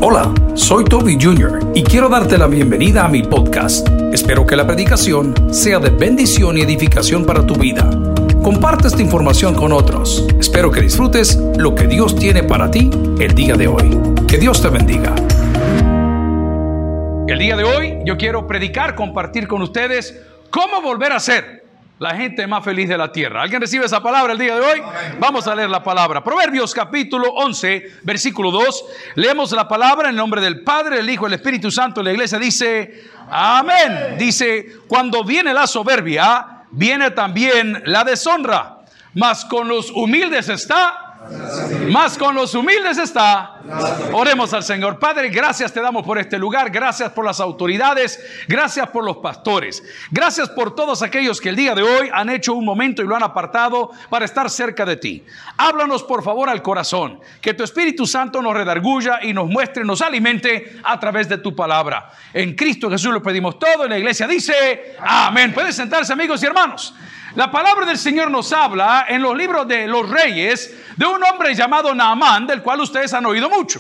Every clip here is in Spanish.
Hola, soy Toby Jr. y quiero darte la bienvenida a mi podcast. Espero que la predicación sea de bendición y edificación para tu vida. Comparte esta información con otros. Espero que disfrutes lo que Dios tiene para ti el día de hoy. Que Dios te bendiga. El día de hoy yo quiero predicar, compartir con ustedes cómo volver a ser la gente más feliz de la tierra. ¿Alguien recibe esa palabra el día de hoy? Vamos a leer la palabra. Proverbios capítulo 11, versículo 2. Leemos la palabra en nombre del Padre, el Hijo y el Espíritu Santo. La iglesia dice, amén. Dice, cuando viene la soberbia, viene también la deshonra. Mas con los humildes está. Oremos al Señor. Padre, gracias te damos por este lugar. Gracias por las autoridades. Gracias por los pastores. Gracias por todos aquellos que el día de hoy han hecho un momento y lo han apartado para estar cerca de ti. Háblanos por favor al corazón. Que tu Espíritu Santo nos redarguya y nos muestre, nos alimente a través de tu palabra. En Cristo Jesús lo pedimos todo. Y la iglesia dice, amén. Pueden sentarse, amigos y hermanos. La palabra del Señor nos habla en los libros de los reyes de un hombre llamado Naamán, del cual ustedes han oído mucho.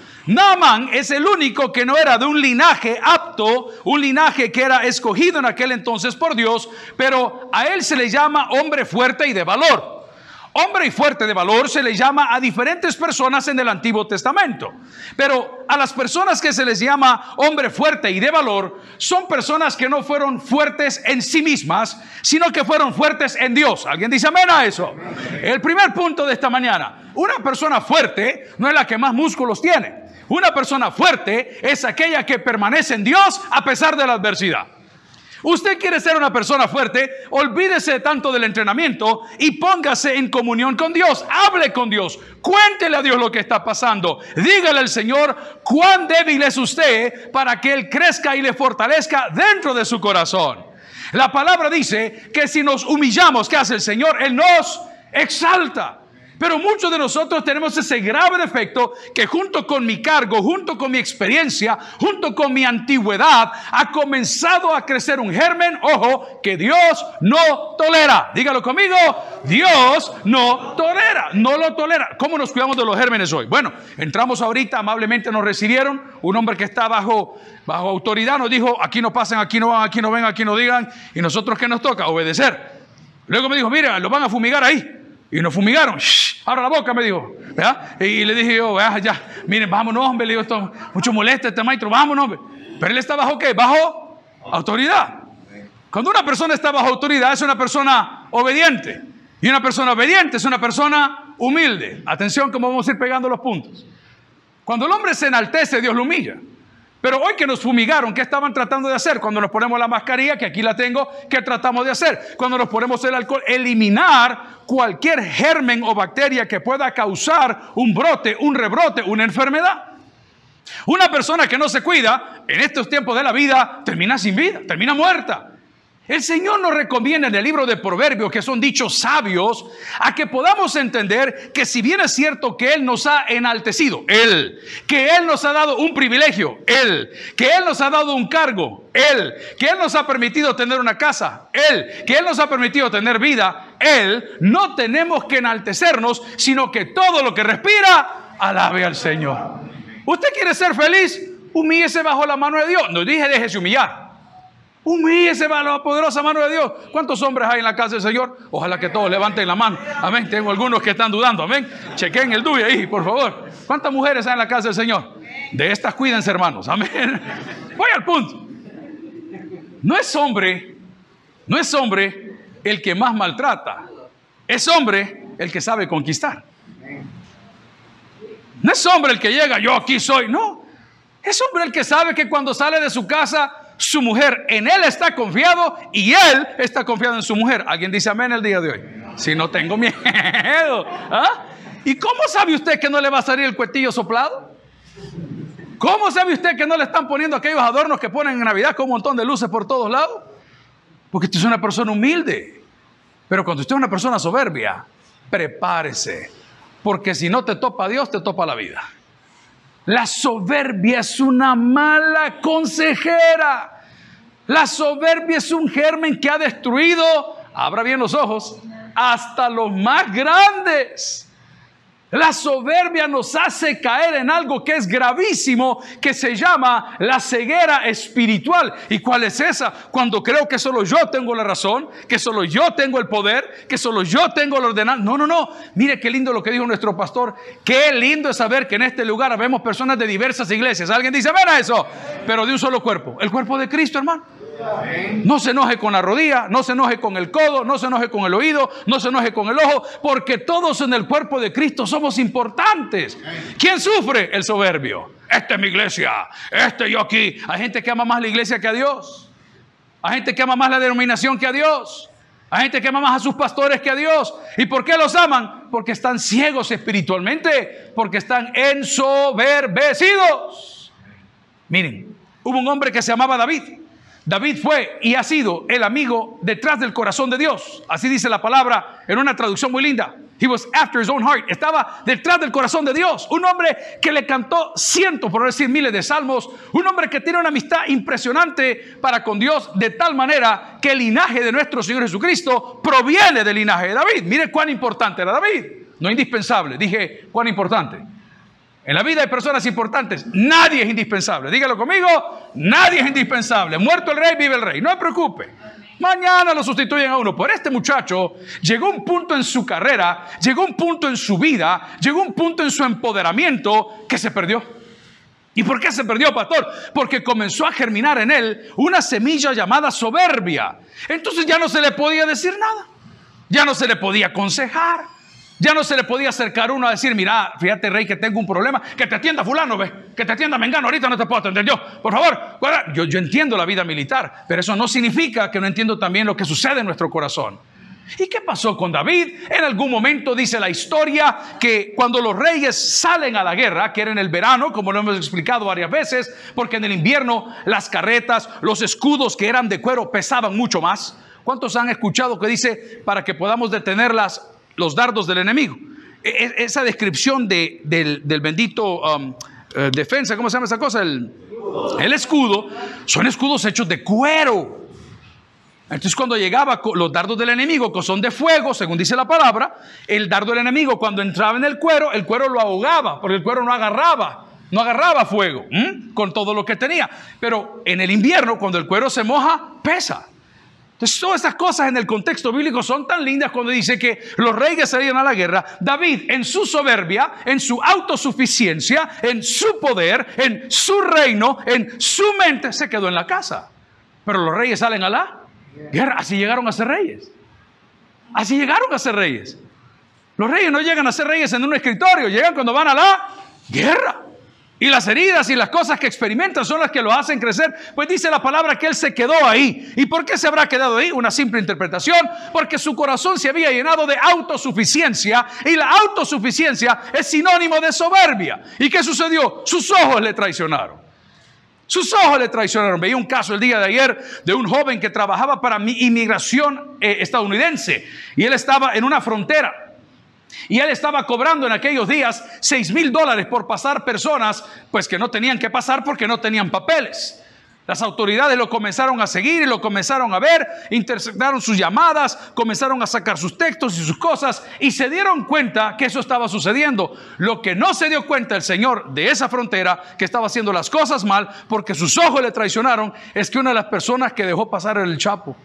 Naamán es el único que no era de un linaje apto, un linaje que era escogido en aquel entonces por Dios, pero a él se le llama hombre fuerte y de valor. Hombre y fuerte de valor se le llama a diferentes personas en el Antiguo Testamento. Pero a las personas que se les llama hombre fuerte y de valor, son personas que no fueron fuertes en sí mismas, sino que fueron fuertes en Dios. ¿Alguien dice amén a eso? El primer punto de esta mañana. Una persona fuerte no es la que más músculos tiene. Una persona fuerte es aquella que permanece en Dios a pesar de la adversidad. Usted quiere ser una persona fuerte, olvídese tanto del entrenamiento y póngase en comunión con Dios. Hable con Dios, cuéntele a Dios lo que está pasando. Dígale al Señor cuán débil es usted para que Él crezca y le fortalezca dentro de su corazón. La palabra dice que si nos humillamos, ¿qué hace el Señor? Él nos exalta. Pero muchos de nosotros tenemos ese grave defecto que junto con mi cargo, junto con mi experiencia, junto con mi antigüedad, ha comenzado a crecer un germen, ojo, que Dios no tolera. Dígalo conmigo, Dios no tolera, no lo tolera. ¿Cómo nos cuidamos de los gérmenes hoy? Bueno, entramos ahorita, amablemente nos recibieron, un hombre que está bajo autoridad nos dijo, aquí no pasen, aquí no van, aquí no ven, aquí no digan, y nosotros ¿qué nos toca? Obedecer. Luego me dijo, mira, lo van a fumigar ahí. Y nos fumigaron. Shh, abra la boca, me dijo. ¿Verdad? Y le dije yo, ya, miren, vámonos, hombre. Le digo, esto mucho molesta este maestro, vámonos, hombre. Pero él está bajo ¿qué? Bajo autoridad. Cuando una persona está bajo autoridad, es una persona obediente. Y una persona obediente es una persona humilde. Atención, cómo vamos a ir pegando los puntos. Cuando el hombre se enaltece, Dios lo humilla. Pero hoy que nos fumigaron, ¿qué estaban tratando de hacer? Cuando nos ponemos la mascarilla, que aquí la tengo, ¿qué tratamos de hacer? Cuando nos ponemos el alcohol, eliminar cualquier germen o bacteria que pueda causar un brote, un rebrote, una enfermedad. Una persona que no se cuida, en estos tiempos de la vida, termina sin vida, termina muerta. El Señor nos recomienda en el libro de Proverbios, que son dichos sabios, a que podamos entender que si bien es cierto que Él nos ha enaltecido, Él, que Él nos ha dado un privilegio, Él, que Él nos ha dado un cargo, Él, que Él nos ha permitido tener una casa, Él, que Él nos ha permitido tener vida, Él, no tenemos que enaltecernos, sino que todo lo que respira, alabe al Señor. ¿Usted quiere ser feliz? Humíllese bajo la mano de Dios. No dije déjese humillar. Humíllese bajo la poderosa mano de Dios. ¿Cuántos hombres hay en la casa del Señor? Ojalá que todos levanten la mano. Amén. Tengo algunos que están dudando. Amén. Chequen el DUI ahí, por favor. ¿Cuántas mujeres hay en la casa del Señor? De estas cuídense, hermanos. Amén. Voy al punto. No es hombre el que más maltrata. Es hombre el que sabe conquistar. No es hombre el que llega, yo aquí soy. No. Es hombre el que sabe que cuando sale de su casa, su mujer en él está confiado y él está confiado en su mujer. ¿Alguien dice amén el día de hoy? Si no tengo miedo. ¿Ah? ¿Y cómo sabe usted que no le va a salir el cuetillo soplado? ¿Cómo sabe usted que no le están poniendo aquellos adornos que ponen en Navidad con un montón de luces por todos lados? Porque usted es una persona humilde. Pero cuando usted es una persona soberbia, prepárese. Porque si no te topa Dios, te topa la vida. La soberbia es una mala consejera. La soberbia es un germen que ha destruido, abra bien los ojos, hasta los más grandes. La soberbia nos hace caer en algo que es gravísimo, que se llama la ceguera espiritual. ¿Y cuál es esa? Cuando creo que solo yo tengo la razón, que solo yo tengo el poder, que solo yo tengo la ordenanza. No. Mire qué lindo lo que dijo nuestro pastor. Qué lindo es saber que en este lugar habemos personas de diversas iglesias. Alguien dice, ven a eso, pero de un solo cuerpo. El cuerpo de Cristo, hermano. No se enoje con la rodilla, no se enoje con el codo, no se enoje con el oído, no se enoje con el ojo, porque todos en el cuerpo de Cristo somos importantes. ¿Quién sufre? El soberbio. Esta es mi iglesia, yo aquí. Hay gente que ama más la iglesia que a Dios. Hay gente que ama más la denominación que a Dios. Hay gente que ama más a sus pastores que a Dios. ¿Y por qué los aman? Porque están ciegos espiritualmente, porque están ensoberbecidos. Miren, hubo un hombre que se llamaba David. David fue y ha sido el amigo detrás del corazón de Dios. Así dice la palabra en una traducción muy linda. He was after his own heart. Estaba detrás del corazón de Dios. Un hombre que le cantó cientos, por no decir miles de salmos. Un hombre que tiene una amistad impresionante para con Dios, de tal manera que el linaje de nuestro Señor Jesucristo proviene del linaje de David. Mire cuán importante era David. No indispensable, dije cuán importante. En la vida hay personas importantes. Nadie es indispensable. Dígalo conmigo. Nadie es indispensable. Muerto el rey, vive el rey. No se preocupe. Mañana lo sustituyen a uno. Pero este muchacho llegó a un punto en su carrera, llegó a un punto en su vida, llegó a un punto en su empoderamiento que se perdió. ¿Y por qué se perdió, pastor? Porque comenzó a germinar en él una semilla llamada soberbia. Entonces ya no se le podía decir nada. Ya no se le podía aconsejar. Ya no se le podía acercar uno a decir, mira, fíjate, rey, que tengo un problema, que te atienda fulano, ve, que te atienda mengano, ahorita no te puedo atender yo, por favor. Yo entiendo la vida militar, pero eso no significa que no entiendo también lo que sucede en nuestro corazón. ¿Y qué pasó con David? En algún momento dice la historia que cuando los reyes salen a la guerra, que era en el verano, como lo hemos explicado varias veces, porque en el invierno las carretas, los escudos que eran de cuero pesaban mucho más. ¿Cuántos han escuchado que dice para que podamos detener los dardos del enemigo? Esa descripción del bendito defensa, ¿cómo se llama esa cosa? El escudo. Son escudos hechos de cuero. Entonces cuando llegaba los dardos del enemigo, que son de fuego, según dice la palabra, el dardo del enemigo cuando entraba en el cuero lo ahogaba, porque el cuero no agarraba fuego con todo lo que tenía. Pero en el invierno, cuando el cuero se moja, pesa. Entonces todas estas cosas en el contexto bíblico son tan lindas cuando dice que los reyes salían a la guerra. David, en su soberbia, en su autosuficiencia, en su poder, en su reino, en su mente, se quedó en la casa. Pero los reyes salen a la guerra. Así llegaron a ser reyes. Así llegaron a ser reyes. Los reyes no llegan a ser reyes en un escritorio, llegan cuando van a la guerra. Y las heridas y las cosas que experimentan son las que lo hacen crecer. Pues dice la palabra que él se quedó ahí. ¿Y por qué se habrá quedado ahí? Una simple interpretación. Porque su corazón se había llenado de autosuficiencia. Y la autosuficiencia es sinónimo de soberbia. ¿Y qué sucedió? Sus ojos le traicionaron. Sus ojos le traicionaron. Veía un caso el día de ayer de un joven que trabajaba para inmigración estadounidense. Y él estaba en una frontera. Y él estaba cobrando en aquellos días $6,000 por pasar personas pues que no tenían que pasar porque no tenían papeles. Las autoridades lo comenzaron a seguir y lo comenzaron a ver, interceptaron sus llamadas, comenzaron a sacar sus textos y sus cosas y se dieron cuenta que eso estaba sucediendo. Lo que no se dio cuenta el señor de esa frontera, que estaba haciendo las cosas mal porque sus ojos le traicionaron, es que una de las personas que dejó pasar era el Chapo.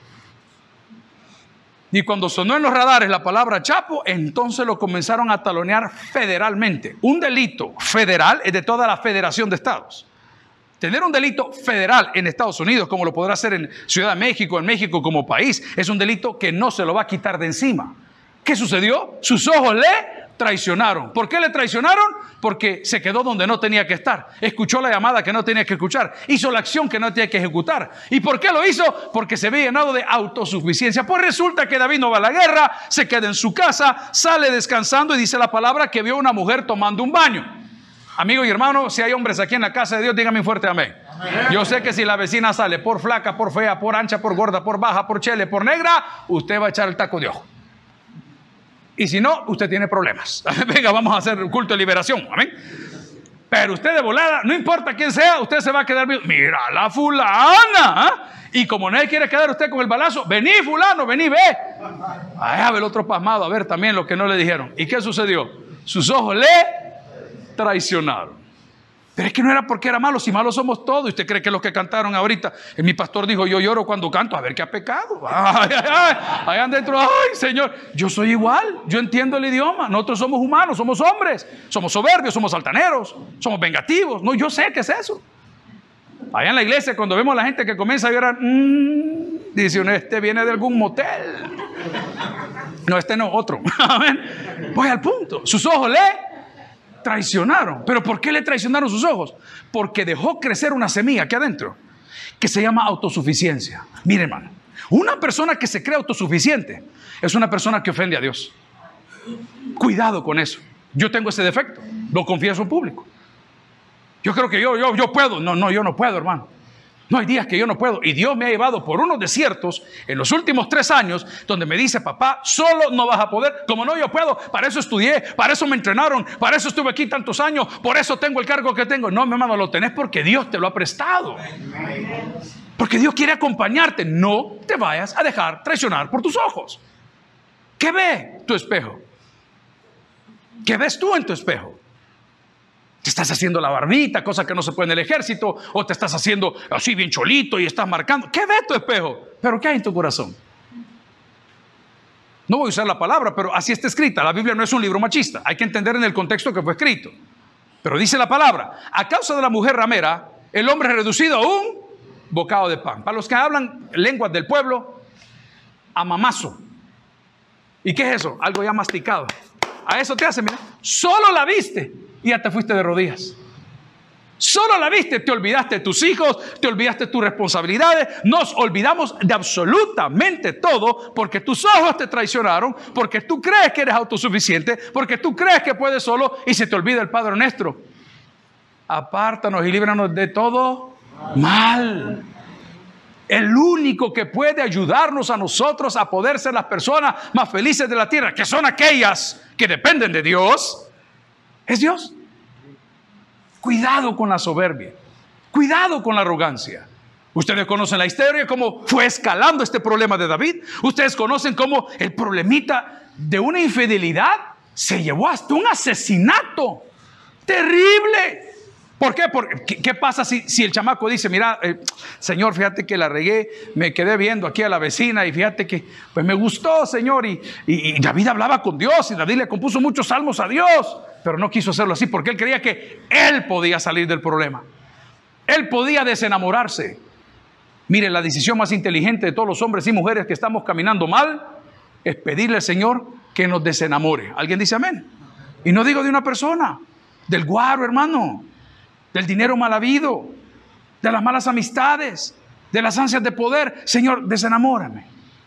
Y cuando sonó en los radares la palabra Chapo, entonces lo comenzaron a talonear federalmente. Un delito federal es de toda la federación de estados. Tener un delito federal en Estados Unidos, como lo podrá hacer en Ciudad de México, en México como país, es un delito que no se lo va a quitar de encima. ¿Qué sucedió? Sus ojos le traicionaron. ¿Por qué le traicionaron? Porque se quedó donde no tenía que estar. Escuchó la llamada que no tenía que escuchar. Hizo la acción que no tenía que ejecutar. ¿Y por qué lo hizo? Porque se había llenado de autosuficiencia. Pues resulta que David no va a la guerra, se queda en su casa, sale descansando y dice la palabra que vio una mujer tomando un baño. Amigo y hermano, si hay hombres aquí en la casa de Dios, dígame un fuerte amén. Amén. Yo sé que si la vecina sale por flaca, por fea, por ancha, por gorda, por baja, por chele, por negra, usted va a echar el taco de ojo. Y si no, usted tiene problemas. Venga, vamos a hacer un culto de liberación. Amén. Pero usted de volada, no importa quién sea, usted se va a quedar viendo. Mira la fulana. Y como nadie quiere quedar usted con el balazo, vení fulano, vení, ve. A ver el otro pasmado, a ver también lo que no le dijeron. ¿Y qué sucedió? sus ojos le traicionaron. Pero es que no era porque era malo, si malos somos todos. ¿Y usted cree que los que cantaron ahorita? Mi pastor dijo, yo lloro cuando canto, a ver qué ha pecado. Ay, ay, ay, allá adentro, ay, Señor, yo soy igual, yo entiendo el idioma. Nosotros somos humanos, somos hombres, somos soberbios, somos altaneros, somos vengativos. No, yo sé qué es eso. Allá en la iglesia, cuando vemos a la gente que comienza a llorar, dice uno, este viene de algún motel. No, este no, otro. Voy al punto. Sus ojos le traicionaron. ¿Pero por qué le traicionaron sus ojos? Porque dejó crecer una semilla aquí adentro que se llama autosuficiencia. Mire, hermano, una persona que se cree autosuficiente es una persona que ofende a Dios. Cuidado con eso. Yo tengo ese defecto, lo confieso en público. Yo creo que yo puedo. No, yo no puedo, hermano. No, hay días que yo no puedo. Y Dios me ha llevado por unos desiertos en los últimos 3 años donde me dice, papá, solo no vas a poder. Como no, yo puedo. Para eso estudié, para eso me entrenaron, para eso estuve aquí tantos años, por eso tengo el cargo que tengo. No, mi hermano, lo tenés porque Dios te lo ha prestado. Porque Dios quiere acompañarte. No te vayas a dejar traicionar por tus ojos. ¿Qué ve tu espejo? ¿Qué ves tú en tu espejo? Te estás haciendo la barbita, cosa que no se puede en el ejército, o te estás haciendo así bien cholito y estás marcando. ¿Qué ve tu espejo? ¿Pero qué hay en tu corazón? No voy a usar la palabra, pero así está escrita. La Biblia no es un libro machista. Hay que entender en el contexto que fue escrito. Pero dice la palabra, a causa de la mujer ramera, el hombre es reducido a un bocado de pan. Para los que hablan lenguas del pueblo, a mamazo. ¿Y qué es eso? Algo ya masticado. A eso te hace, mira, solo la viste y ya te fuiste de rodillas. Solo la viste, te olvidaste de tus hijos, te olvidaste de tus responsabilidades. Nos olvidamos de absolutamente todo porque tus ojos te traicionaron, porque tú crees que eres autosuficiente, porque tú crees que puedes solo y se te olvida el Padre nuestro. Apártanos y líbranos de todo mal. El único que puede ayudarnos a nosotros a poder ser las personas más felices de la tierra, que son aquellas que dependen de Dios, es Dios. Cuidado con la soberbia, cuidado con la arrogancia. Ustedes conocen la historia, cómo fue escalando este problema de David. Ustedes conocen cómo el problemita de una infidelidad se llevó hasta un asesinato terrible. ¿Por qué? ¿Qué pasa si el chamaco dice, mira, Señor, fíjate que la regué, me quedé viendo aquí a la vecina y fíjate que pues me gustó, Señor, y David hablaba con Dios y David le compuso muchos salmos a Dios, pero no quiso hacerlo así porque él creía que él podía salir del problema, él podía desenamorarse. Mire, la decisión más inteligente de todos los hombres y mujeres que estamos caminando mal es pedirle al Señor que nos desenamore. ¿Alguien dice amén? Y no digo de una persona, del guaro, hermano, del dinero mal habido, de las malas amistades, de las ansias de poder. Señor, desenamórame,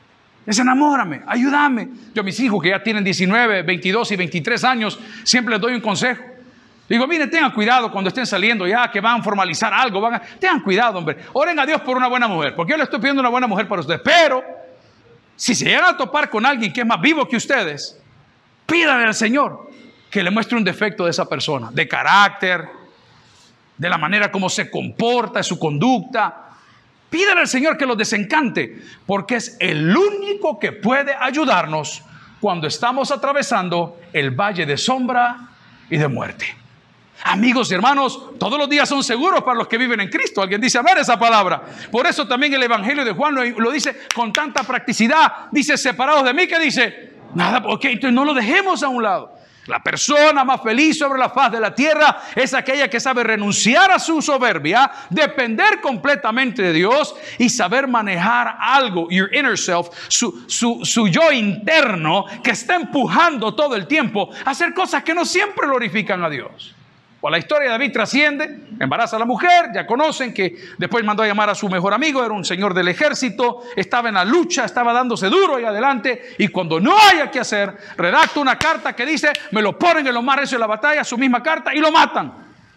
ayúdame. Yo a mis hijos que ya tienen 19, 22 y 23 años, siempre les doy un consejo. Digo, miren, tengan cuidado cuando estén saliendo ya, que van a formalizar algo, tengan cuidado, hombre. Oren a Dios por una buena mujer, porque yo le estoy pidiendo una buena mujer para ustedes. Pero, si se llegan a topar con alguien que es más vivo que ustedes, pídanle al Señor que le muestre un defecto de esa persona, de carácter, de la manera como se comporta, de su conducta. Pídale al Señor que los desencante, porque es el único que puede ayudarnos cuando estamos atravesando el valle de sombra y de muerte. Amigos y hermanos, todos los días son seguros para los que viven en Cristo. Alguien dice amén esa palabra. Por eso también el Evangelio de Juan lo dice con tanta practicidad. Dice, separados de mí, ¿qué dice? Nada, ok, entonces no lo dejemos a un lado. La persona más feliz sobre la faz de la tierra es aquella que sabe renunciar a su soberbia, depender completamente de Dios y saber manejar algo, your inner self, su yo interno, que está empujando todo el tiempo a hacer cosas que no siempre glorifican a Dios. Pues la historia de David trasciende, embaraza a la mujer, ya conocen que después mandó a llamar a su mejor amigo, era un señor del ejército, estaba en la lucha, estaba dándose duro ahí adelante, y cuando no haya que hacer, redacta una carta que dice, me lo ponen en lo más recio de la batalla, su misma carta, y lo matan.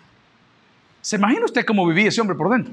¿Se imagina usted cómo vivía ese hombre por dentro?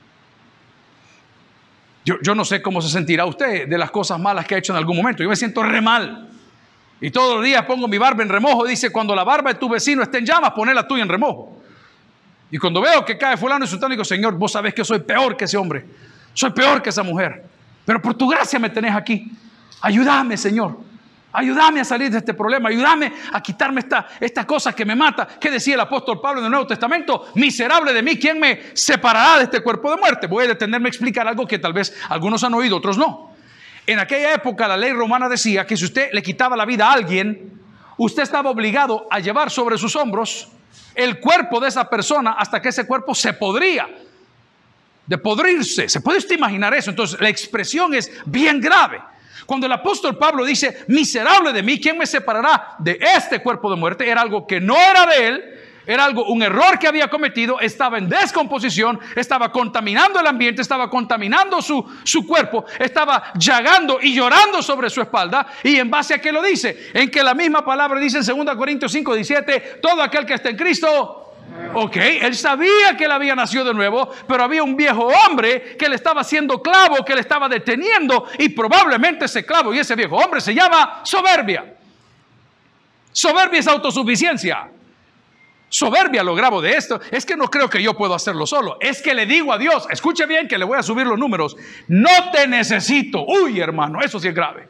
Yo no sé cómo se sentirá usted de las cosas malas que ha hecho en algún momento. Yo me siento re mal. Y todos los días pongo mi barba en remojo. Dice, cuando la barba de tu vecino esté en llamas, poné la tuya en remojo. Y cuando veo que cae fulano y sultano, digo, Señor, vos sabés que soy peor que ese hombre. Soy peor que esa mujer. Pero por tu gracia me tenés aquí. Ayúdame, Señor. Ayúdame a salir de este problema, ayúdame a quitarme esta cosa que me mata. ¿Qué decía el apóstol Pablo en el Nuevo Testamento? Miserable de mí, ¿quién me separará de este cuerpo de muerte? Voy a detenerme a explicar algo que tal vez algunos han oído, otros no. En aquella época la ley romana decía que si usted le quitaba la vida a alguien, usted estaba obligado a llevar sobre sus hombros el cuerpo de esa persona hasta que ese cuerpo se podría, de podrirse. ¿Se puede usted imaginar eso? Entonces la expresión es bien grave. Cuando el apóstol Pablo dice, miserable de mí, ¿quién me separará de este cuerpo de muerte? Era algo que no era de él, era un error que había cometido, estaba en descomposición, estaba contaminando el ambiente, estaba contaminando su cuerpo, estaba llagando y llorando sobre su espalda. ¿Y en base a qué lo dice? En que la misma palabra dice en 2 Corintios 5:17, todo aquel que está en Cristo... Ok, él sabía que él había nacido de nuevo, pero había un viejo hombre que le estaba haciendo clavo, que le estaba deteniendo, y probablemente ese clavo y ese viejo hombre se llama soberbia. Soberbia es autosuficiencia. Soberbia, lo grabo de esto, es que no creo que yo puedo hacerlo solo. Es que le digo a Dios, escuche bien que le voy a subir los números, no te necesito. Uy, hermano, eso sí es grave.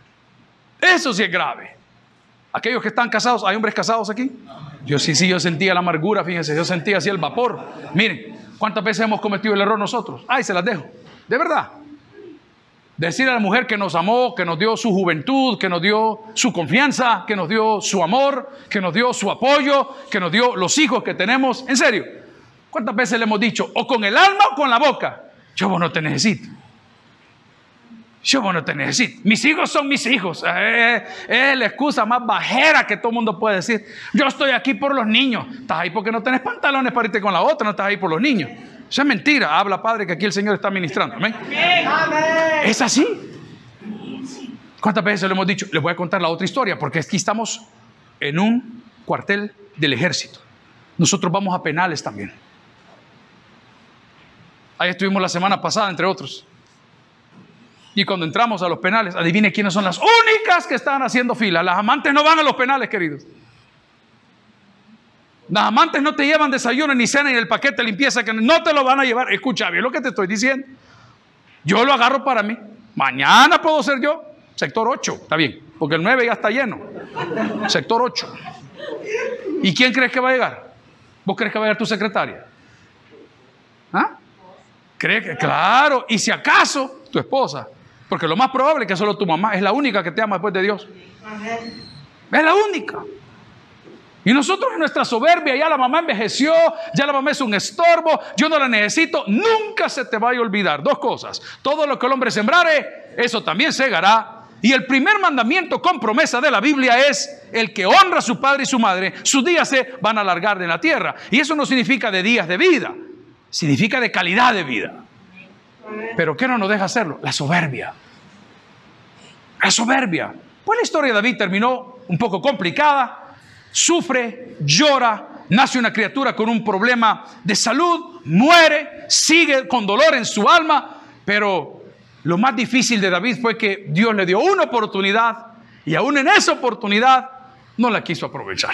Eso sí es grave. Aquellos que están casados, ¿hay hombres casados aquí? Yo yo sentía la amargura, fíjense, yo sentía así el vapor. Miren, ¿cuántas veces hemos cometido el error nosotros? Ay, se las dejo, de verdad. Decir a la mujer que nos amó, que nos dio su juventud, que nos dio su confianza, que nos dio su amor, que nos dio su apoyo, que nos dio los hijos que tenemos. En serio, ¿cuántas veces le hemos dicho, o con el alma o con la boca? Yo vos no te necesito. Yo no te necesito. Mis hijos son mis hijos. Es la excusa más bajera que todo el mundo puede decir. Yo estoy aquí por los niños. Estás ahí porque no tenés pantalones para irte con la otra. No estás ahí por los niños. Eso es mentira. Habla, Padre, que aquí el Señor está ministrando. Amén. Es así. ¿Cuántas veces le hemos dicho? Les voy a contar la otra historia, porque aquí estamos en un cuartel del ejército. Nosotros vamos a penales también. Ahí estuvimos la semana pasada, entre otros. Y cuando entramos a los penales, adivine quiénes son las únicas que están haciendo fila. Las amantes no van a los penales, queridos. Las amantes no te llevan desayuno, ni cena, ni el paquete de limpieza, que no te lo van a llevar. Escucha bien lo que te estoy diciendo. Yo lo agarro para mí. Mañana puedo ser yo. Sector 8, está bien, porque el 9 ya está lleno. Sector 8. ¿Y quién crees que va a llegar? ¿Vos crees que va a llegar tu secretaria? ¿Ah? ¿Cree que? Claro. Y si acaso, tu esposa. Porque lo más probable es que solo tu mamá es la única que te ama después de Dios. Es la única. Y nosotros en nuestra soberbia, ya la mamá envejeció, ya la mamá es un estorbo, yo no la necesito. Nunca se te vaya a olvidar dos cosas: todo lo que el hombre sembrare, eso también segará. Y el primer mandamiento con promesa de la Biblia es: el que honra a su padre y su madre, sus días se van a alargar en la tierra. Y eso no significa de días de vida, significa de calidad de vida. Pero ¿qué no nos deja hacerlo? La soberbia. La soberbia. Pues la historia de David terminó un poco complicada. Sufre, llora, nace una criatura con un problema de salud, muere, sigue con dolor en su alma. Pero lo más difícil de David fue que Dios le dio una oportunidad, y aún en esa oportunidad no la quiso aprovechar.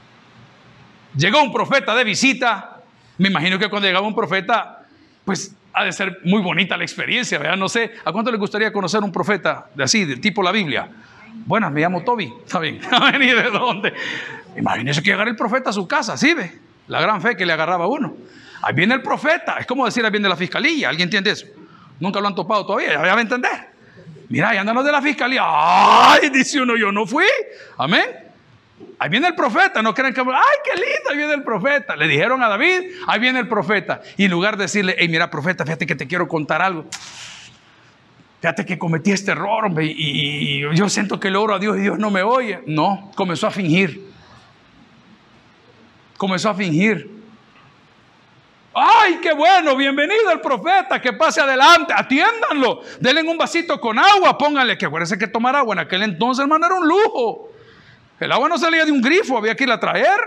Llegó un profeta de visita. Me imagino que cuando llegaba un profeta, pues ha de ser muy bonita la experiencia, ¿verdad? No sé, ¿a cuánto les gustaría conocer un profeta de así, de tipo la Biblia? Buenas, me llamo Toby. Está bien. ¿Y de dónde? Imagínense que llegara el profeta a su casa, ¿sí ve? La gran fe que le agarraba a uno. Ahí viene el profeta. Es como decir, ahí viene la fiscalía. ¿Alguien entiende eso? Nunca lo han topado todavía, ya va a entender. Mira, ahí andan los de la fiscalía. ¡Ay! Dice uno, yo no fui. Amén. Ahí viene el profeta. No crean que, ¡ay, qué lindo! Ahí viene el profeta. Le dijeron a David, ahí viene el profeta. Y en lugar de decirle, hey, mira, profeta, fíjate que te quiero contar algo. Fíjate que cometí este error, hombre, y yo siento que le oro a Dios y Dios no me oye. No, comenzó a fingir. Comenzó a fingir. ¡Ay, qué bueno! Bienvenido el profeta, que pase adelante, atiéndanlo, denle un vasito con agua, pónganle, que acuérdense que tomar agua en aquel entonces, hermano, era un lujo. El agua no salía de un grifo, había que ir a traer.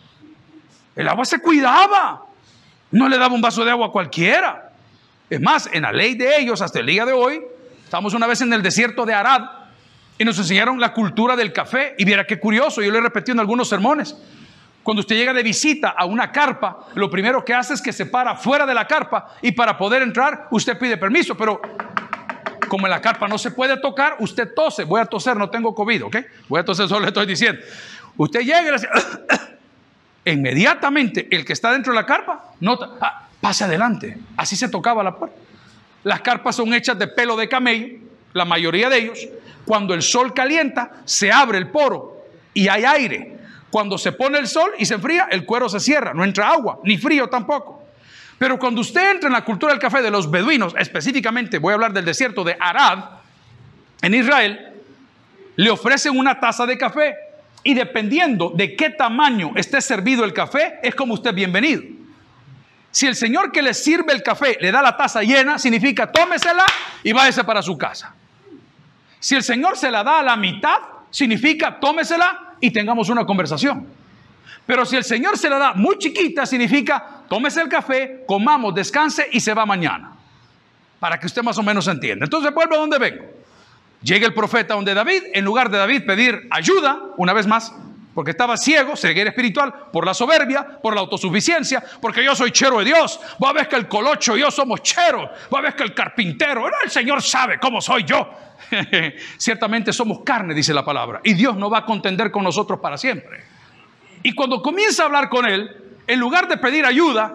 El agua se cuidaba, no le daba un vaso de agua a cualquiera. Es más, en la ley de ellos, hasta el día de hoy, estamos una vez en el desierto de Arad y nos enseñaron la cultura del café, y viera qué curioso, yo lo he repetido en algunos sermones. Cuando usted llega de visita a una carpa, lo primero que hace es que se para fuera de la carpa, y para poder entrar usted pide permiso, pero Como en la carpa no se puede tocar, usted tose. Voy a toser, no tengo COVID, ¿ok? Voy a toser, solo le estoy diciendo. Usted llega y le dice, inmediatamente el que está dentro de la carpa nota, pase adelante. Así se tocaba la puerta. Las carpas son hechas de pelo de camello, la mayoría de ellos. Cuando el sol calienta, se abre el poro y hay aire. Cuando se pone el sol y se enfría, el cuero se cierra, no entra agua, ni frío tampoco. Pero cuando usted entra en la cultura del café de los beduinos, específicamente voy a hablar del desierto de Arad, en Israel, le ofrecen una taza de café y dependiendo de qué tamaño esté servido el café, es como usted bienvenido. Si el señor que le sirve el café le da la taza llena, significa tómesela y váyase para su casa. Si el señor se la da a la mitad, significa tómesela y tengamos una conversación. Pero si el señor se la da muy chiquita, significa tómese el café, comamos, descanse y se va mañana. Para que usted más o menos entienda. Entonces vuelve a donde vengo. Llega el profeta donde David, en lugar de David pedir ayuda, una vez más, porque estaba ciego, ceguera espiritual, por la soberbia, por la autosuficiencia, porque yo soy chero de Dios. Vos ves que el colocho y yo somos cheros. Vos ves que el carpintero, el Señor sabe cómo soy yo. Ciertamente somos carne, dice la palabra, y Dios no va a contender con nosotros para siempre. Y cuando comienza a hablar con él, en lugar de pedir ayuda,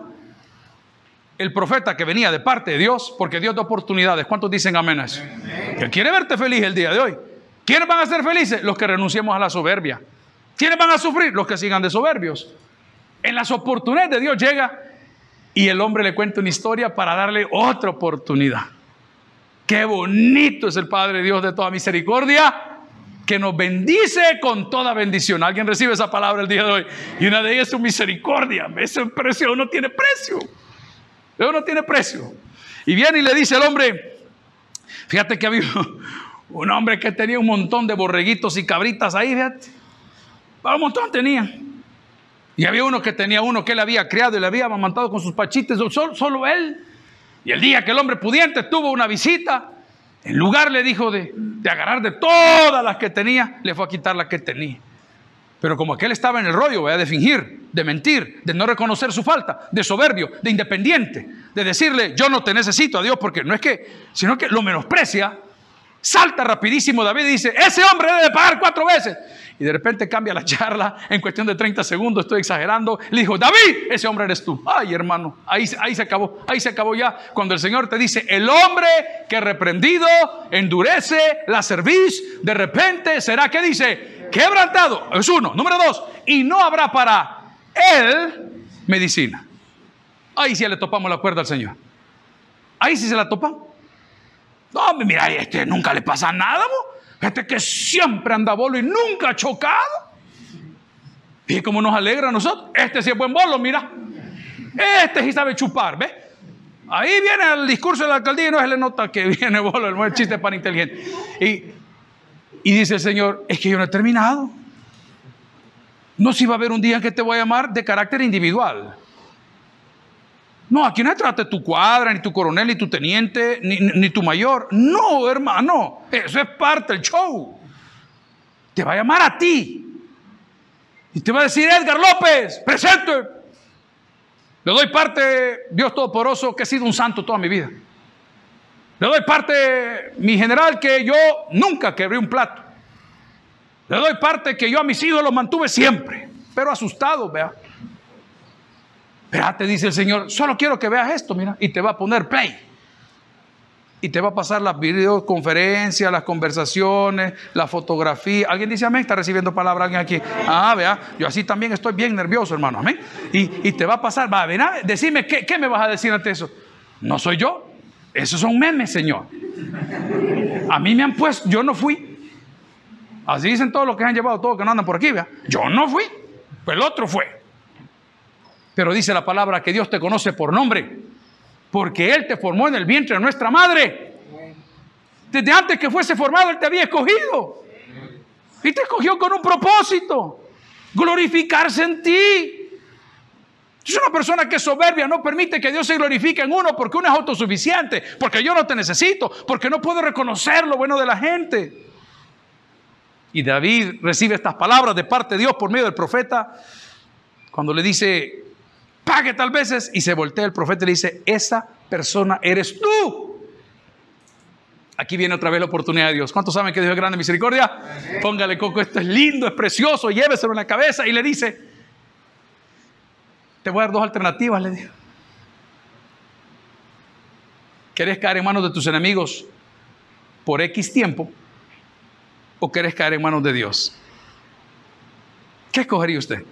el profeta que venía de parte de Dios, porque Dios da oportunidades. ¿Cuántos dicen amén a eso? Que quiere verte feliz el día de hoy. ¿Quiénes van a ser felices? Los que renunciemos a la soberbia. ¿Quiénes van a sufrir? Los que sigan de soberbios. En las oportunidades de Dios llega y el hombre le cuenta una historia para darle otra oportunidad. Qué bonito es el Padre Dios de toda misericordia, que nos bendice con toda bendición. ¿Alguien recibe esa palabra el día de hoy? Y una de ellas es su misericordia. Ese precio no tiene precio. Eso no tiene precio. Y viene y le dice al hombre, fíjate que había un hombre que tenía un montón de borreguitos y cabritas ahí, fíjate. Un montón tenía. Y había uno que tenía uno que él había criado y le había amamantado con sus pachites, solo él. Y el día que el hombre pudiente tuvo una visita, en lugar, le dijo, de agarrar de todas las que tenía, le fue a quitar la que tenía. Pero como aquel estaba en el rollo, de fingir, de mentir, de no reconocer su falta, de soberbio, de independiente, de decirle, yo no te necesito a Dios, porque no es que, sino que lo menosprecia, salta rapidísimo David y dice, ese hombre debe pagar 4 veces. Y de repente cambia la charla en cuestión de 30 segundos, estoy exagerando. Le dijo, David, ese hombre eres tú. Ay, hermano, ahí se acabó ya. Cuando el Señor te dice, el hombre que reprendido endurece la cerviz, de repente será, ¿qué dice? Quebrantado. Es uno. Número 2, y no habrá para él medicina. Ahí sí le topamos la cuerda al Señor. Ahí sí se la topamos. No, mira, nunca le pasa nada, ¿no? Este que siempre anda bolo y nunca ha chocado. Fíjate cómo nos alegra a nosotros. Este sí es buen bolo, mira. Este sí sabe chupar, ¿ves? Ahí viene el discurso de la alcaldía y no se le nota que viene bolo, el chiste para inteligente. Y dice el Señor, es que yo no he terminado. No, si va a haber un día en que te voy a llamar de carácter individual. No, aquí no se trata de tu cuadra, ni tu coronel, ni tu teniente, ni tu mayor. No, hermano, eso es parte del show. Te va a llamar a ti. Y te va a decir, Edgar López, presente. Le doy parte, Dios Todopoderoso, que he sido un santo toda mi vida. Le doy parte, mi general, que yo nunca quebré un plato. Le doy parte que yo a mis hijos los mantuve siempre, pero asustados, vea. Espérate, dice el Señor, solo quiero que veas esto, mira, y te va a poner play. Y te va a pasar las videoconferencias, las conversaciones, la fotografía. ¿Alguien dice amén? ¿Está recibiendo palabra alguien aquí? Vea, yo así también estoy bien nervioso, hermano, amén. Y te va a pasar, decime, ¿qué me vas a decir ante eso? No soy yo, esos son memes, Señor. A mí me han puesto, yo no fui. Así dicen todos los que han llevado, todos que no andan por aquí, vea. Yo no fui, pues el otro fue. Pero dice la palabra que Dios te conoce por nombre, porque Él te formó en el vientre de nuestra madre. Desde antes que fuese formado, Él te había escogido. Y te escogió con un propósito: glorificarse en ti. Es una persona que es soberbia, no permite que Dios se glorifique en uno, porque uno es autosuficiente, porque yo no te necesito, porque no puedo reconocer lo bueno de la gente. Y David recibe estas palabras de parte de Dios por medio del profeta, cuando le dice, pague tal veces, y se voltea el profeta y le dice, esa persona eres tú. Aquí viene otra vez la oportunidad de Dios. ¿Cuántos saben que Dios es grande misericordia? Póngale coco, esto es lindo, es precioso, lléveselo en la cabeza. Y le dice, te voy a dar 2 alternativas, le dijo. ¿Querés caer en manos de tus enemigos por X tiempo? ¿O querés caer en manos de Dios? ¿Qué escogería usted?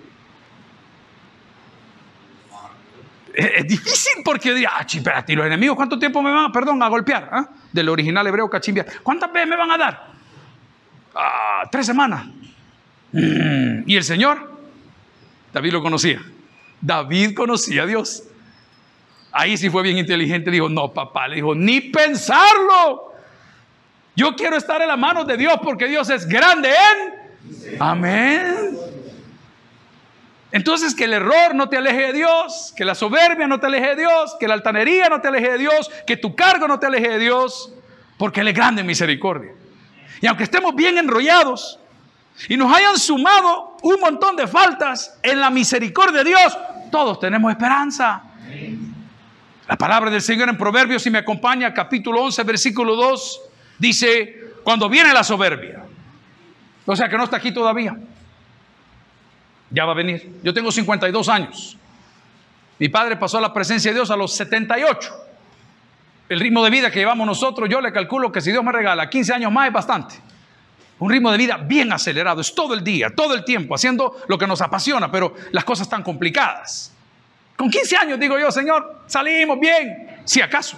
Es difícil porque diría, espérate, ¿y los enemigos cuánto tiempo me van a golpear? ¿Ah? Del original hebreo cachimbiar. ¿Cuántas veces me van a dar? 3 semanas. ¿Y el Señor? David lo conocía. David conocía a Dios. Ahí sí fue bien inteligente. Dijo, no, papá, le dijo, ni pensarlo. Yo quiero estar en las manos de Dios porque Dios es grande en... Amén. Entonces, que el error no te aleje de Dios, que la soberbia no te aleje de Dios, que la altanería no te aleje de Dios, que tu cargo no te aleje de Dios, porque Él es grande en misericordia. Y aunque estemos bien enrollados y nos hayan sumado un montón de faltas, en la misericordia de Dios, todos tenemos esperanza. La palabra del Señor en Proverbios, si me acompaña, capítulo 11, versículo 2, dice, cuando viene la soberbia, o sea que no está aquí todavía, ya va a venir. Yo tengo 52 años. Mi padre pasó a la presencia de Dios a los 78. El ritmo de vida que llevamos nosotros, yo le calculo que si Dios me regala 15 años más es bastante. Un ritmo de vida bien acelerado, es todo el día, todo el tiempo, haciendo lo que nos apasiona, pero las cosas están complicadas. Con 15 años digo yo, Señor, salimos bien, si acaso.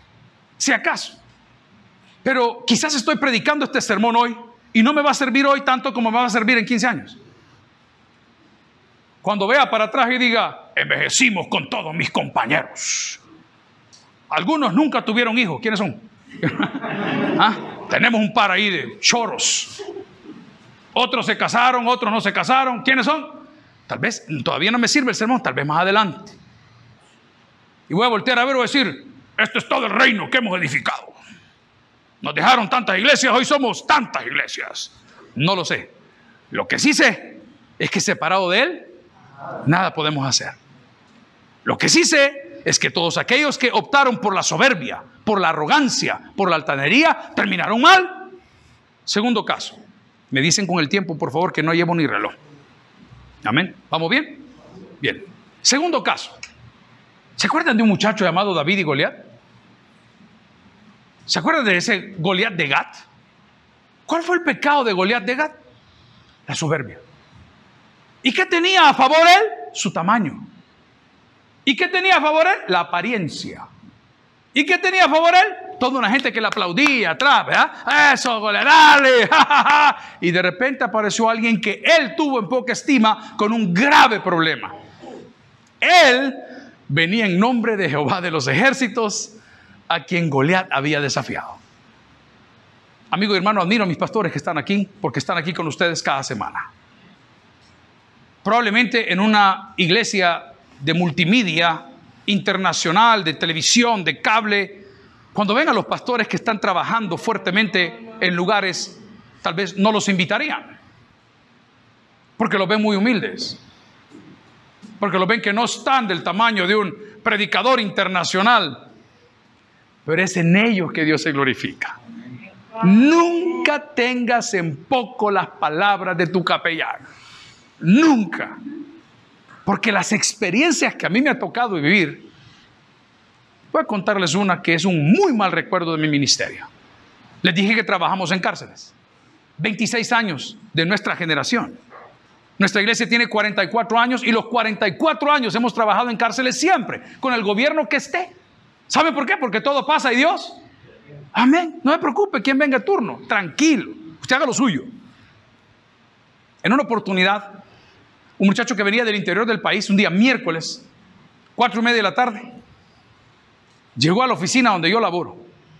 Pero quizás estoy predicando este sermón hoy y no me va a servir hoy tanto como me va a servir en 15 años. Cuando vea para atrás y diga, envejecimos con todos mis compañeros. Algunos nunca tuvieron hijos. ¿Quiénes son? Tenemos un par ahí de choros. Otros se casaron, otros no se casaron. ¿Quiénes son? Tal vez todavía no me sirve el sermón, tal vez más adelante. Y voy a voltear a ver o decir, esto es todo el reino que hemos edificado. Nos dejaron tantas iglesias, hoy somos tantas iglesias. No lo sé. Lo que sí sé es que separado de Él, nada podemos hacer. Lo que sí sé es que todos aquellos que optaron por la soberbia, por la arrogancia, por la altanería, terminaron mal. Segundo caso. Me dicen con el tiempo, por favor, que no llevo ni reloj. Amén. ¿Vamos bien? Bien. Segundo caso. ¿Se acuerdan de un muchacho llamado David y Goliat? ¿Se acuerdan de ese Goliat de Gat? ¿Cuál fue el pecado de Goliat de Gat? La soberbia. ¿Y qué tenía a favor él? Su tamaño. ¿Y qué tenía a favor él? La apariencia. ¿Y qué tenía a favor él? Toda una gente que le aplaudía atrás, ¿verdad? Eso, Goliat, dale, Y de repente apareció alguien que él tuvo en poca estima con un grave problema. Él venía en nombre de Jehová de los ejércitos, a quien Goliat había desafiado. Amigo y hermano, admiro a mis pastores que están aquí, porque están aquí con ustedes cada semana. Probablemente en una iglesia de multimedia internacional, de televisión, de cable, cuando ven a los pastores que están trabajando fuertemente en lugares, tal vez no los invitarían, porque los ven muy humildes, porque los ven que no están del tamaño de un predicador internacional, pero es en ellos que Dios se glorifica. Nunca tengas en poco las palabras de tu capellán. Nunca. Porque las experiencias que a mí me ha tocado vivir, voy a contarles una que es un muy mal recuerdo de mi ministerio. Les dije que trabajamos en cárceles. 26 años de nuestra generación. Nuestra iglesia tiene 44 años y los 44 años hemos trabajado en cárceles siempre, con el gobierno que esté. ¿Sabe por qué? Porque todo pasa y Dios. Amén. No se preocupe, quien venga a turno. Tranquilo. Usted haga lo suyo. En una oportunidad, un muchacho que venía del interior del país, un día miércoles, 4:30 de la tarde, llegó a la oficina donde yo laboro.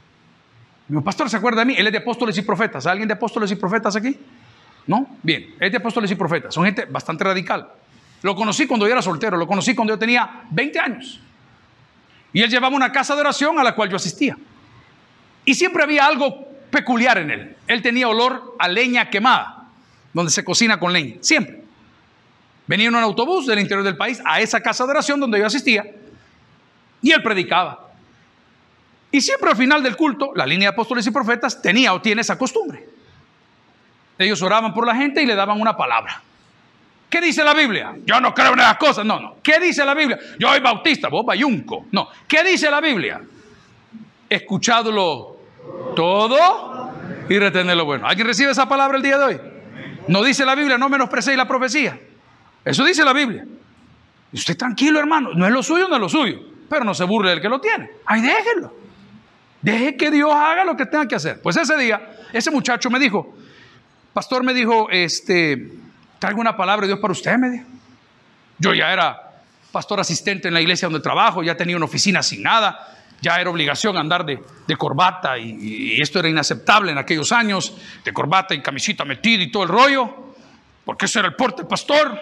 Mi pastor se acuerda de mí, él es de Apóstoles y Profetas. ¿Hay alguien de Apóstoles y Profetas aquí? ¿No? Bien, es de Apóstoles y Profetas. Son gente bastante radical. Lo conocí cuando yo era soltero, lo conocí cuando yo tenía 20 años. Y él llevaba una casa de oración a la cual yo asistía. Y siempre había algo peculiar en él. Él tenía olor a leña quemada, donde se cocina con leña, siempre. Venía en un autobús del interior del país a esa casa de oración donde yo asistía y él predicaba. Y siempre al final del culto, la línea de apóstoles y profetas tenía o tiene esa costumbre. Ellos oraban por la gente y le daban una palabra. ¿Qué dice la Biblia? Yo no creo en esas cosas. No. ¿Qué dice la Biblia? Yo soy bautista, vos bayunco. No. ¿Qué dice la Biblia? Escuchadlo todo y retener lo bueno. ¿Alguien recibe esa palabra el día de hoy? No dice la Biblia, no menosprecéis la profecía. Eso dice la Biblia. Y usted tranquilo, hermano, no es lo suyo, no es lo suyo. Pero no se burle del que lo tiene. Ay, déjenlo. Deje que Dios haga lo que tenga que hacer. Pues ese día, ese muchacho me dijo, pastor, me dijo, traigo una palabra de Dios para usted, me dijo. Yo ya era pastor asistente en la iglesia donde trabajo, ya tenía una oficina asignada, ya era obligación andar de corbata y esto era inaceptable en aquellos años, de corbata y camisita metida y todo el rollo, porque ese era el porte pastor.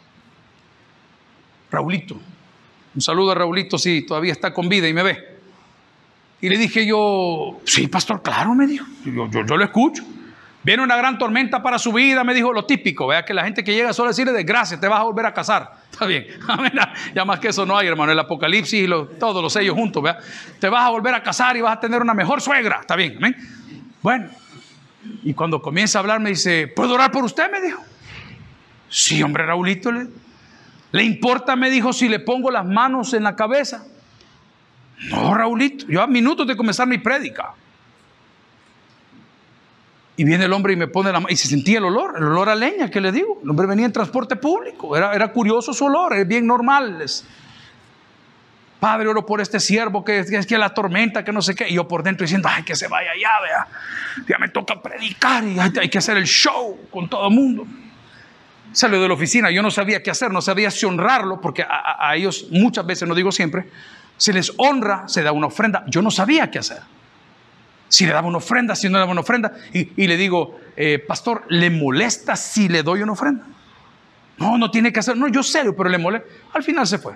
Raulito, un saludo a Raulito, si todavía está con vida y me ve. Y le dije yo, sí, pastor, claro, me dijo, yo lo escucho. Viene una gran tormenta para su vida, me dijo, lo típico, vea que la gente que llega solo decirle desgracia, te vas a volver a casar. Está bien, ya más que eso no hay, hermano, el Apocalipsis y todos los sellos juntos, vea. Te vas a volver a casar y vas a tener una mejor suegra, está bien, amén. Bueno, y cuando comienza a hablar me dice, ¿puedo orar por usted? Me dijo. Sí, hombre, Raulito, ¿le importa? Me dijo, si le pongo las manos en la cabeza. No, Raulito, yo a minutos de comenzar mi prédica. Y viene el hombre y me pone la mano, y se sentía el olor a leña, ¿qué le digo? El hombre venía en transporte público, era curioso su olor, es bien normal. Padre, oro por este siervo que es que la tormenta, que no sé qué. Y yo por dentro diciendo, ay, que se vaya allá, vea. Ya me toca predicar y hay que hacer el show con todo el mundo. Salió de la oficina, yo no sabía qué hacer, no sabía si honrarlo, porque a ellos muchas veces, no digo siempre, se les honra, se da una ofrenda. Yo no sabía qué hacer. Si le daba una ofrenda, si no le daba una ofrenda. Y le digo, pastor, ¿le molesta si le doy una ofrenda? No tiene que hacer. No, yo serio, pero le molesta. Al final se fue.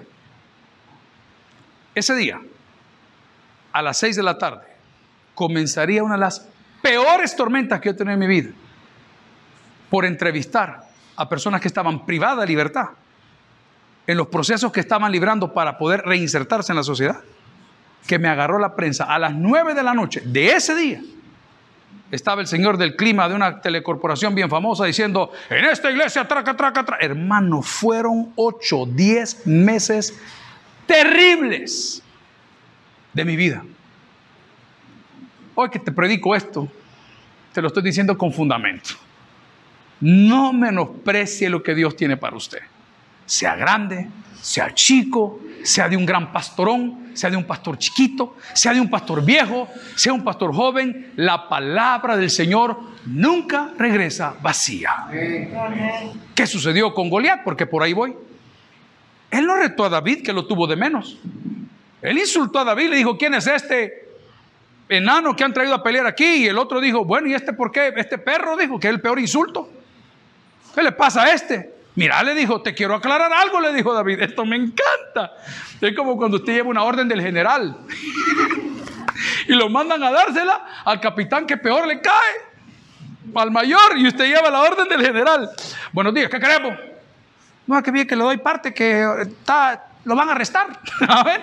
Ese día, a las 6 de la tarde, comenzaría una de las peores tormentas que yo he tenido en mi vida. Por entrevistar a personas que estaban privadas de libertad en los procesos que estaban librando para poder reinsertarse en la sociedad. Que me agarró la prensa a las 9 de la noche de ese día. Estaba el señor del clima de una telecorporación bien famosa diciendo, en esta iglesia, traca. Hermano, fueron 8, 10 meses terribles de mi vida. Hoy que te predico esto, te lo estoy diciendo con fundamento. No menosprecie lo que Dios tiene para usted. Sea grande, sea chico, sea de un gran pastorón, sea de un pastor chiquito, sea de un pastor viejo, sea un pastor joven, la palabra del Señor nunca regresa vacía. ¿Qué sucedió con Goliat? Porque por ahí voy. Él no retó a David, que lo tuvo de menos. Él insultó a David, le dijo, ¿quién es este enano que han traído a pelear aquí? Y el otro dijo, bueno, ¿y este por qué? Este perro, dijo, que es el peor insulto. ¿Qué le pasa a este? Mira, le dijo, te quiero aclarar algo, le dijo David, esto me encanta. Es como cuando usted lleva una orden del general y lo mandan a dársela al capitán que peor le cae, al mayor, y usted lleva la orden del general. Buenos días, ¿qué queremos? No, que bien que le doy parte, que lo van a arrestar. A ver.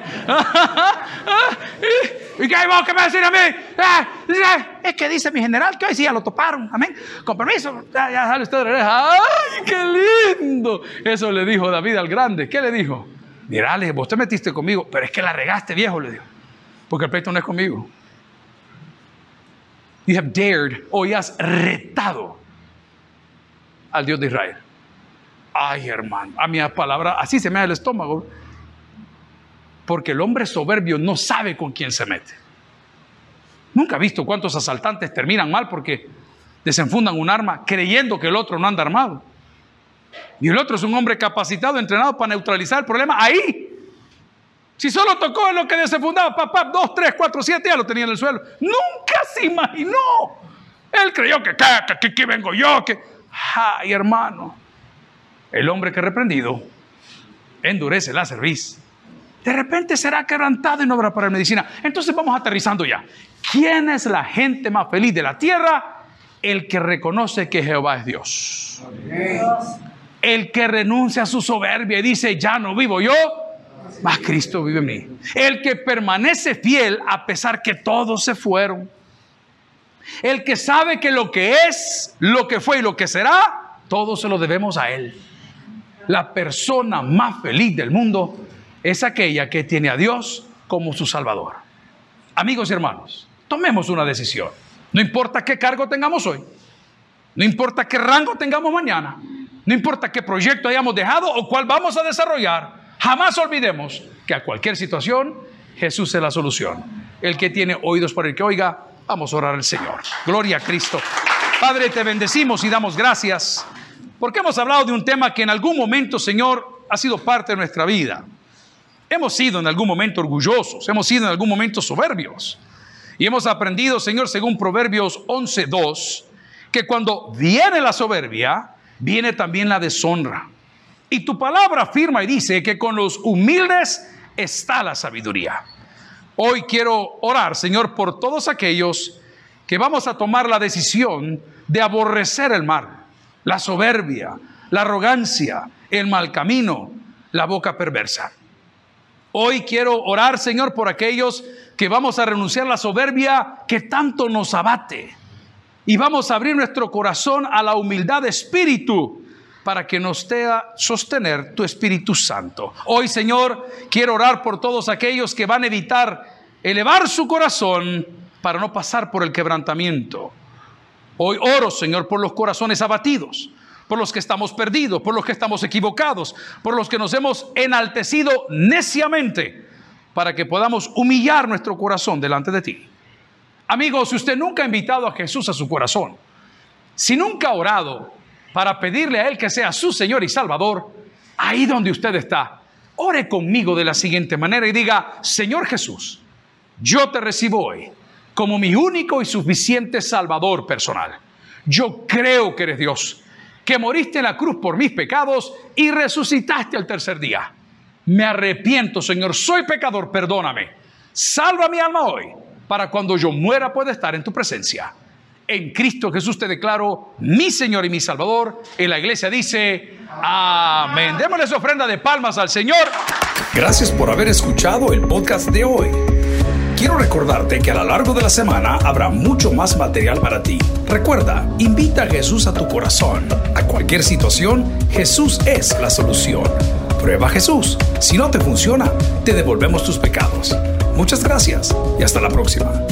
¿Y qué hay vos que me decir a mí? Es que dice mi general que hoy sí ya lo toparon. Amén. Con permiso. Ya sale usted de oreja. ¡Ay, qué lindo! Eso le dijo David al grande. ¿Qué le dijo? Mira, le dije, vos te metiste conmigo, pero es que la regaste, viejo, le dijo. Porque el pleito no es conmigo. You have dared, hoy has retado al Dios de Israel. Ay, hermano, a mi palabra, así se me da el estómago. Porque el hombre soberbio no sabe con quién se mete. Nunca he visto cuántos asaltantes terminan mal porque desenfundan un arma creyendo que el otro no anda armado. Y el otro es un hombre capacitado, entrenado para neutralizar el problema ahí. Si solo tocó en lo que desenfundaba, 2, 3, 4, 7, ya lo tenía en el suelo. Nunca se imaginó. Él creyó que vengo yo, que... Ay, hermano. El hombre que reprendido endurece la cerviz. De repente será quebrantado y no habrá para medicina. Entonces vamos aterrizando ya. ¿Quién es la gente más feliz de la tierra? El que reconoce que Jehová es Dios. El que renuncia a su soberbia y dice, ya no vivo yo, más Cristo vive en mí. El que permanece fiel a pesar que todos se fueron. El que sabe que lo que es, lo que fue y lo que será, todo se lo debemos a Él. La persona más feliz del mundo es aquella que tiene a Dios como su Salvador. Amigos y hermanos, tomemos una decisión. No importa qué cargo tengamos hoy, no importa qué rango tengamos mañana, no importa qué proyecto hayamos dejado o cuál vamos a desarrollar, jamás olvidemos que a cualquier situación Jesús es la solución. El que tiene oídos para el que oiga, vamos a orar al Señor. Gloria a Cristo. Padre, te bendecimos y damos gracias porque hemos hablado de un tema que en algún momento, Señor, ha sido parte de nuestra vida. Hemos sido en algún momento orgullosos, hemos sido en algún momento soberbios. Y hemos aprendido, Señor, según Proverbios 11:2, que cuando viene la soberbia, viene también la deshonra. Y tu palabra afirma y dice que con los humildes está la sabiduría. Hoy quiero orar, Señor, por todos aquellos que vamos a tomar la decisión de aborrecer el mal, la soberbia, la arrogancia, el mal camino, la boca perversa. Hoy quiero orar, Señor, por aquellos que vamos a renunciar a la soberbia que tanto nos abate. Y vamos a abrir nuestro corazón a la humildad de espíritu para que nos dé a sostener tu Espíritu Santo. Hoy, Señor, quiero orar por todos aquellos que van a evitar elevar su corazón para no pasar por el quebrantamiento. Hoy oro, Señor, por los corazones abatidos, por los que estamos perdidos, por los que estamos equivocados, por los que nos hemos enaltecido neciamente, para que podamos humillar nuestro corazón delante de ti. Amigos, si usted nunca ha invitado a Jesús a su corazón, si nunca ha orado para pedirle a Él que sea su Señor y Salvador, ahí donde usted está, ore conmigo de la siguiente manera y diga: Señor Jesús, yo te recibo hoy como mi único y suficiente Salvador personal. Yo creo que eres Dios, que moriste en la cruz por mis pecados y resucitaste al tercer día. Me arrepiento, Señor, soy pecador, perdóname. Salva mi alma hoy, para cuando yo muera pueda estar en tu presencia. En Cristo Jesús te declaro mi Señor y mi Salvador. Y la iglesia dice amén. Démosle su ofrenda de palmas al Señor. Gracias por haber escuchado el podcast de hoy. Quiero recordarte que a lo largo de la semana habrá mucho más material para ti. Recuerda, invita a Jesús a tu corazón. A cualquier situación, Jesús es la solución. Prueba a Jesús. Si no te funciona, te devolvemos tus pecados. Muchas gracias y hasta la próxima.